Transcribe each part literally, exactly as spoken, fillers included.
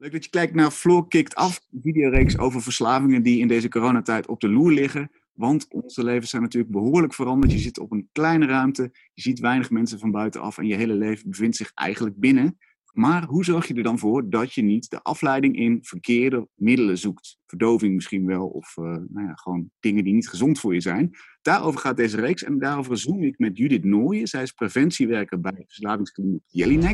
Leuk dat je kijkt naar Floor Kikt Af, een videoreeks over verslavingen die in deze coronatijd op de loer liggen. Want onze levens zijn natuurlijk behoorlijk veranderd. Je zit op een kleine ruimte, je ziet weinig mensen van buitenaf en je hele leven bevindt zich eigenlijk binnen. Maar hoe zorg je er dan voor dat je niet de afleiding in verkeerde middelen zoekt? Verdoving misschien wel, of uh, nou ja, gewoon dingen die niet gezond voor je zijn. Daarover gaat deze reeks en daarover zoom ik met Judith Nooijen. Zij is preventiewerker bij verslavingskliniek Jellinek.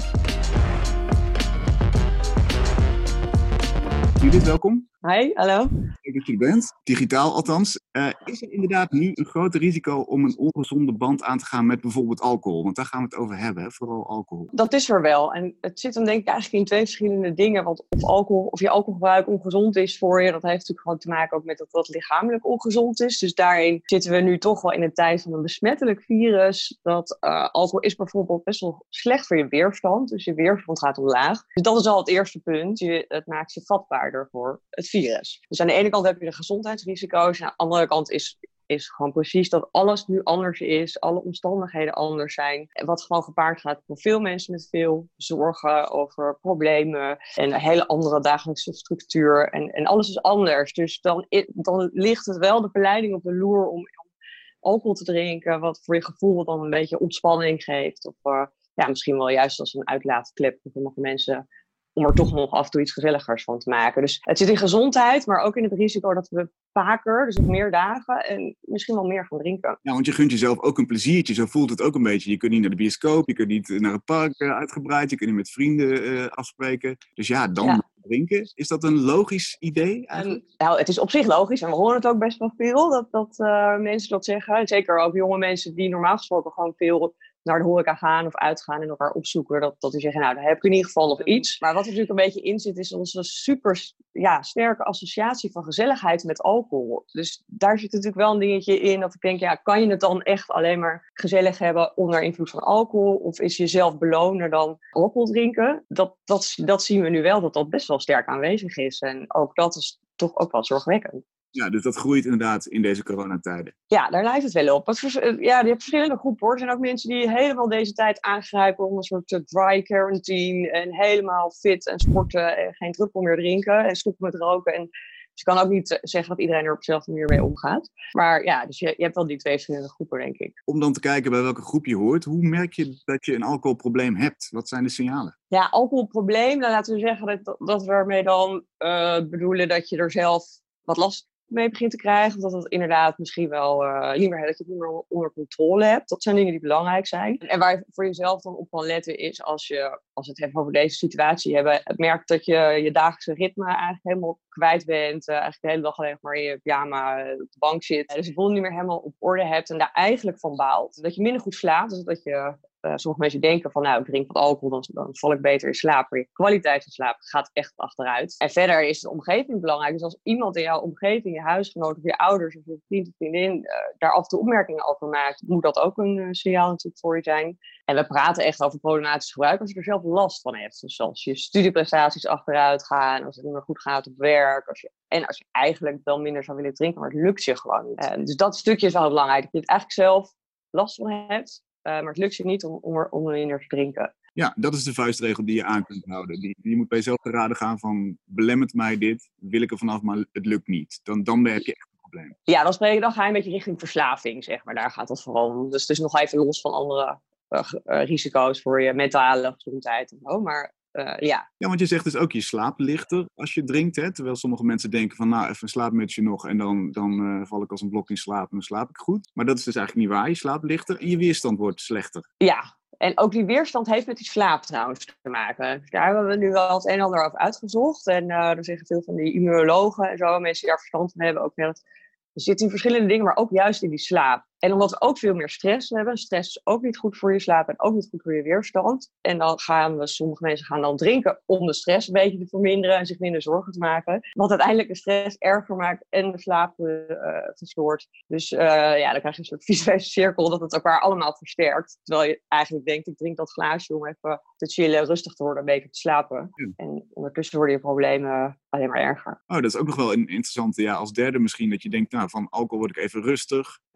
Judith, welkom. Hi, hallo. Leuk dat je er bent. Digitaal althans. Uh, is er inderdaad nu een groter risico om een ongezonde band aan te gaan met bijvoorbeeld alcohol? Want daar gaan we het over hebben, hè? Vooral alcohol. Dat is er wel. En het zit dan denk ik eigenlijk in twee verschillende dingen. Want of, alcohol, of je alcoholgebruik ongezond is voor je, dat heeft natuurlijk gewoon te maken ook met dat dat lichamelijk ongezond is. Dus daarin zitten we nu toch wel in een tijd van een besmettelijk virus. Dat uh, alcohol is bijvoorbeeld best wel slecht voor je weerstand. Dus je weerstand gaat omlaag. Dus dat is al het eerste punt. Je, het maakt je vatbaarder voor het virus. Dus aan de ene kant heb je de gezondheidsrisico's. En aan de andere kant is, is gewoon precies dat alles nu anders is. Alle omstandigheden anders zijn. Wat gewoon gepaard gaat voor veel mensen met veel zorgen over problemen. En een hele andere dagelijkse structuur. En, en alles is anders. Dus dan, dan ligt het wel de verleiding op de loer om, om alcohol te drinken. Wat voor je gevoel dan een beetje ontspanning geeft. Of uh, ja, misschien wel juist als een uitlaatklep voor sommige mensen. Om er toch nog af en toe iets gezelligers van te maken. Dus het zit in gezondheid, maar ook in het risico dat we vaker, dus op meer dagen, en misschien wel meer gaan drinken. Ja, want je gunt jezelf ook een pleziertje. Zo voelt het ook een beetje. Je kunt niet naar de bioscoop, je kunt niet naar het park uh, uitgebreid, je kunt niet met vrienden uh, afspreken. Dus ja, dan ja. drinken. Is dat een logisch idee eigenlijk? Um, nou, het is op zich logisch en we horen het ook best wel veel dat, dat uh, mensen dat zeggen. Zeker ook jonge mensen die normaal gesproken gewoon veel naar de horeca gaan of uitgaan en elkaar opzoeken. Dat, dat die zeggen, nou, daar heb ik in ieder geval nog iets. Maar wat er natuurlijk een beetje in zit, is onze super ja, sterke associatie van gezelligheid met alcohol. Dus daar zit natuurlijk wel een dingetje in dat ik denk, ja, kan je het dan echt alleen maar gezellig hebben onder invloed van alcohol? Of is jezelf beloner dan alcohol drinken? Dat, dat, dat zien we nu wel, dat dat best wel sterk aanwezig is. En ook dat is toch ook wel zorgwekkend. Ja, dus dat groeit inderdaad in deze coronatijden. Ja, daar lijkt het wel op. Het, ja, je hebt verschillende groepen hoor. Er zijn ook mensen die helemaal deze tijd aangrijpen om een soort uh, dry quarantine. En helemaal fit en sporten en geen druppel meer drinken. En stoppen met roken. En dus je kan ook niet zeggen dat iedereen er op dezelfde manier mee omgaat. Maar ja, dus je, je hebt wel die twee verschillende groepen, denk ik. Om dan te kijken bij welke groep je hoort. Hoe merk je dat je een alcoholprobleem hebt? Wat zijn de signalen? Ja, alcoholprobleem. Dan laten we zeggen dat, dat we ermee dan uh, bedoelen dat je er zelf wat last mee begint te krijgen. Of dat het inderdaad misschien wel uh, niet meer, dat je het niet meer onder controle hebt. Dat zijn dingen die belangrijk zijn. En waar je voor jezelf dan op kan letten is als je, als we het hebben over deze situatie, hebben, het merkt dat je je dagelijkse ritme eigenlijk helemaal kwijt bent. Uh, eigenlijk de hele dag alleen maar in je pyjama uh, op de bank zit. Uh, dus het boel niet meer helemaal op orde hebt en daar eigenlijk van baalt. Dat je minder goed slaapt. Dus dat je Uh, sommige mensen denken van, nou, ik drink wat alcohol, dan, dan val ik beter in slaap. Maar je kwaliteit van slaap gaat echt achteruit. En verder is de omgeving belangrijk. Dus als iemand in jouw omgeving, je huisgenoot of je ouders of je vriend of vriendin uh, daar af en toe opmerkingen over maakt, moet dat ook een uh, signaal natuurlijk voor je zijn. En we praten echt over problematisch gebruik als je er zelf last van hebt. Dus als je studieprestaties achteruit gaan, als het niet meer goed gaat op werk, als je, en als je eigenlijk wel minder zou willen drinken, maar het lukt je gewoon niet. Uh, dus dat stukje is wel belangrijk. Dat je het eigenlijk zelf last van hebt. Uh, maar het lukt je niet om, om, er, om erin te drinken. Ja, dat is de vuistregel die je aan kunt houden. Die, die moet bij jezelf te raden gaan van, belemmert mij dit, wil ik er vanaf, maar het lukt niet. Dan, dan heb je echt een probleem. Ja, dan, spreek, dan ga je een beetje richting verslaving, zeg maar. Daar gaat het vooral om. Dus het is nog even los van andere uh, uh, risico's voor je mentale gezondheid en zo. Maar uh, ja. Ja, want je zegt dus ook, je slaapt lichter als je drinkt. Hè? Terwijl sommige mensen denken van, nou, even een slaapmutsje nog en dan, dan uh, val ik als een blok in slaap en dan slaap ik goed. Maar dat is dus eigenlijk niet waar. Je slaapt lichter en je weerstand wordt slechter. Ja. En ook die weerstand heeft met die slaap trouwens te maken. Daar hebben we nu wel het een en ander over uitgezocht. En uh, er zeggen veel van die immunologen en zo, mensen die daar verstand van hebben, ook weer. Er zitten in verschillende dingen, maar ook juist in die slaap. En omdat we ook veel meer stress hebben. Stress is ook niet goed voor je slaap en ook niet goed voor je weerstand. En dan gaan we, sommige mensen gaan dan drinken om de stress een beetje te verminderen en zich minder zorgen te maken. Wat uiteindelijk de stress erger maakt en de slaap uh, verstoort. Dus uh, ja, dan krijg je een soort visuele cirkel dat het elkaar allemaal versterkt. Terwijl je eigenlijk denkt, ik drink dat glaasje om even te chillen, rustig te worden, een beetje te slapen. Ja. En ondertussen worden je problemen alleen maar erger. Oh, dat is ook nog wel een interessante, ja, als derde misschien, dat je denkt, nou, van alcohol word ik even rustig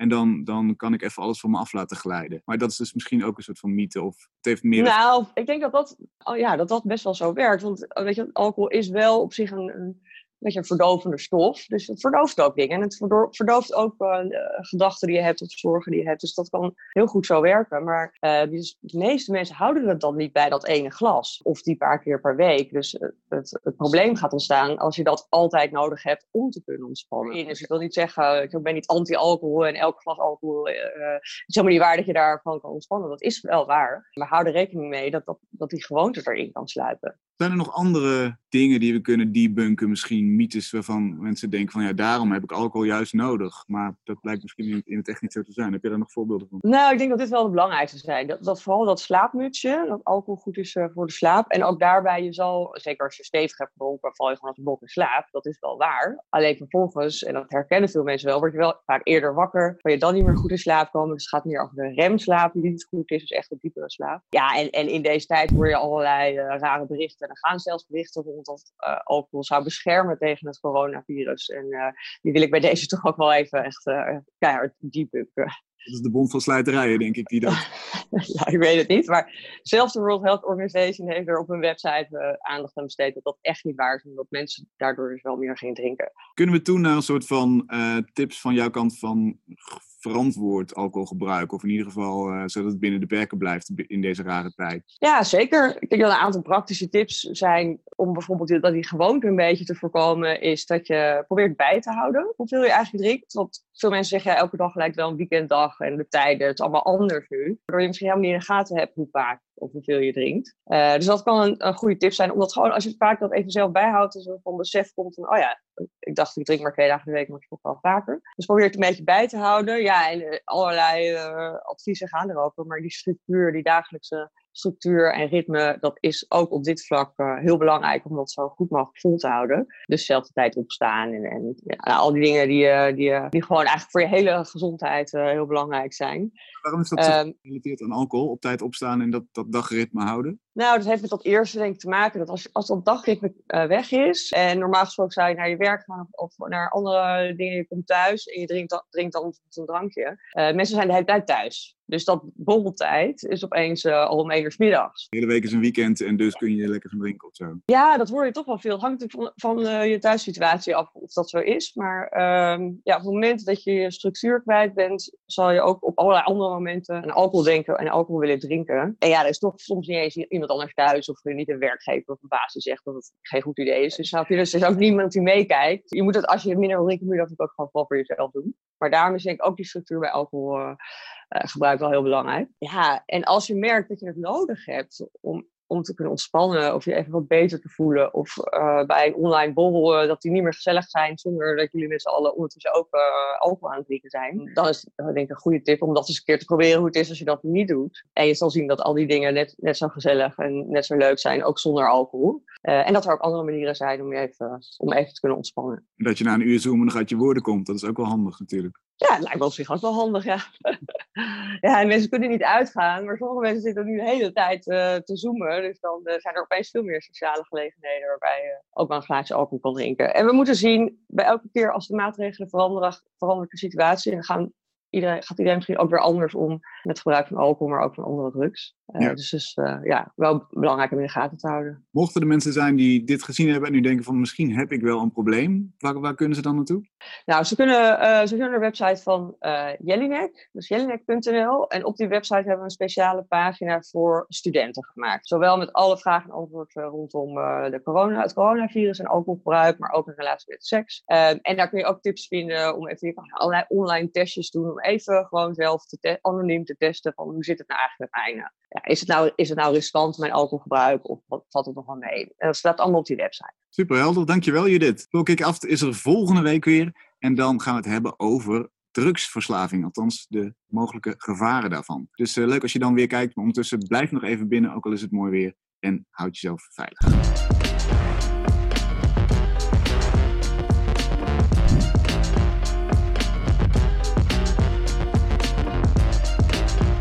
en dan, dan kan ik even alles van me af laten glijden. Maar dat is dus misschien ook een soort van mythe, of het heeft meer... Nou, ik denk dat dat, oh ja, dat dat best wel zo werkt. Want weet je, alcohol is wel op zich een, een beetje een verdovende stof. Dus het verdooft ook dingen. En het verdooft ook uh, gedachten die je hebt of zorgen die je hebt. Dus dat kan heel goed zo werken. Maar uh, dus de meeste mensen houden het dan niet bij dat ene glas. Of die paar keer per week. Dus uh, het, het probleem gaat ontstaan als je dat altijd nodig hebt om te kunnen ontspannen. Dus ik wil niet zeggen, ik ben niet anti-alcohol en elk glas alcohol uh, is helemaal niet waar dat je daarvan kan ontspannen. Dat is wel waar. Maar hou er rekening mee dat, dat, dat die gewoonte erin kan sluipen. Zijn er nog andere dingen die we kunnen debunken? Misschien mythes waarvan mensen denken van ja, daarom heb ik alcohol juist nodig. Maar dat blijkt misschien in het echt niet zo te zijn. Heb je daar nog voorbeelden van? Nou, ik denk dat dit wel het belangrijkste zijn. Dat, dat vooral dat slaapmutsje, dat alcohol goed is uh, voor de slaap. En ook daarbij, je zal, zeker als je stevig hebt gedronken, val je gewoon als een blok in slaap. Dat is wel waar. Alleen vervolgens, en dat herkennen veel mensen wel, word je wel vaak eerder wakker. Waar je dan niet meer goed in slaap komen. Dus het gaat meer over de remslaap die niet goed is. Dus echt een diepere slaap. Ja, en, en in deze tijd hoor je allerlei uh, rare berichten. Er gaan zelfs berichten rond dat uh, alcohol zou beschermen tegen het coronavirus. En uh, die wil ik bij deze toch ook wel even echt uh, keihard debunken. Dat is de Bond van Slijterijen, denk ik, die dat... Ja, ik weet het niet. Maar zelfs de World Health Organization heeft er op hun website uh, aandacht aan besteed dat dat echt niet waar is. En dat mensen daardoor dus wel meer gaan drinken. Kunnen we toen naar een soort van uh, tips van jouw kant van verantwoord alcoholgebruik? Of in ieder geval uh, zodat het binnen de perken blijft in deze rare tijd? Ja, zeker. Ik denk dat een aantal praktische tips zijn om bijvoorbeeld dat die gewoonte een beetje te voorkomen. Is dat je probeert bij te houden hoeveel je eigenlijk drinkt. Want veel mensen zeggen ja, elke dag lijkt wel een weekenddag en de tijden. Het is allemaal anders nu. Waardoor je misschien helemaal niet in de gaten hebt hoe vaak of hoeveel je drinkt. Uh, dus dat kan een, een goede tip zijn. Omdat gewoon als je het vaak dat even zelf bijhoudt. Dus van besef komt van, oh ja, ik dacht ik drink maar twee dagen de week, maar ik toch wel vaker. Dus probeer het een beetje bij te houden. Ja, en uh, allerlei uh, adviezen gaan erover. Maar die structuur, die dagelijkse structuur en ritme, dat is ook op dit vlak uh, heel belangrijk om dat zo goed mogelijk vol te houden. Dus dezelfde tijd opstaan en, en ja, al die dingen die, uh, die, uh, die gewoon eigenlijk voor je hele gezondheid uh, heel belangrijk zijn. Waarom is dat zo um, gerelateerd aan alcohol? Op tijd opstaan en dat, dat dagritme houden? Nou, dat heeft met dat eerste denk ik te maken. Dat als, als dat dagritme uh, weg is en normaal gesproken zou je naar je werk gaan of, of naar andere dingen, je komt thuis en je drinkt dan, drinkt dan een drankje. Uh, mensen zijn de hele tijd thuis. Dus dat borreltijd is opeens uh, al om één uur 's middags. De hele week is een weekend en dus kun je lekker gaan drinken of zo. Ja, dat hoor je toch wel veel. Het hangt natuurlijk van, van uh, je thuissituatie af of dat zo is. Maar um, ja, op het moment dat je je structuur kwijt bent, zal je ook op allerlei andere momenten aan alcohol denken en alcohol willen drinken. En ja, er is toch soms niet eens iemand anders thuis of niet een werkgever of een baas die zegt dat het geen goed idee is. Dus snap je, dus er is ook niemand die meekijkt. Je moet het, als je minder wil drinken, moet je dat ook gewoon vooral voor jezelf doen. Maar daarom is denk ik ook die structuur bij alcohol uh, uh, gebruik wel heel belangrijk. Ja, en als je merkt dat je het nodig hebt om, om te kunnen ontspannen of je even wat beter te voelen of uh, bij een online borrel uh, dat die niet meer gezellig zijn zonder dat jullie met z'n allen ondertussen ook uh, alcohol aan het drinken zijn, dan is het denk ik een goede tip om dat eens een keer te proberen hoe het is als je dat niet doet. En je zal zien dat al die dingen net, net zo gezellig en net zo leuk zijn, ook zonder alcohol. Uh, en dat er ook andere manieren zijn om even, om even te kunnen ontspannen. En dat je na een uur zoomen nog uit je woorden komt, dat is ook wel handig natuurlijk. Ja, het lijkt me op zich ook wel handig, ja. Ja, en mensen kunnen niet uitgaan, maar sommige mensen zitten nu de hele tijd uh, te zoomen. Dus dan uh, zijn er opeens veel meer sociale gelegenheden waarbij je ook maar een glaasje alcohol kan drinken. En we moeten zien, bij elke keer als de maatregelen veranderen, verandert de situatie. En dan gaan iedereen, gaat iedereen misschien ook weer anders om met het gebruik van alcohol, maar ook van andere drugs. Uh, ja. Dus dus uh, ja, wel belangrijk om in de gaten te houden. Mochten er mensen zijn die dit gezien hebben en nu denken van misschien heb ik wel een probleem, waar, waar kunnen ze dan naartoe? Nou, ze kunnen, uh, ze kunnen naar de website van uh, Jelinek, dus jelinek punt n l. En op die website hebben we een speciale pagina voor studenten gemaakt. Zowel met alle vragen en antwoorden rondom uh, de corona, het coronavirus en alcoholgebruik, maar ook in relatie met seks. Uh, en daar kun je ook tips vinden om even je allerlei online testjes te doen, om even gewoon zelf te te- anoniem te testen van hoe zit het nou eigenlijk met mij? Ja, is, het nou, is het nou riskant, mijn alcoholgebruik, of wat, valt het nog wel mee? En dat staat allemaal op die website. Super helder, dankjewel Judith. Voor Kick-Af is er volgende week weer. En dan gaan we het hebben over drugsverslaving. Althans, de mogelijke gevaren daarvan. Dus uh, leuk als je dan weer kijkt. Maar ondertussen blijf nog even binnen, ook al is het mooi weer. En houd jezelf veilig.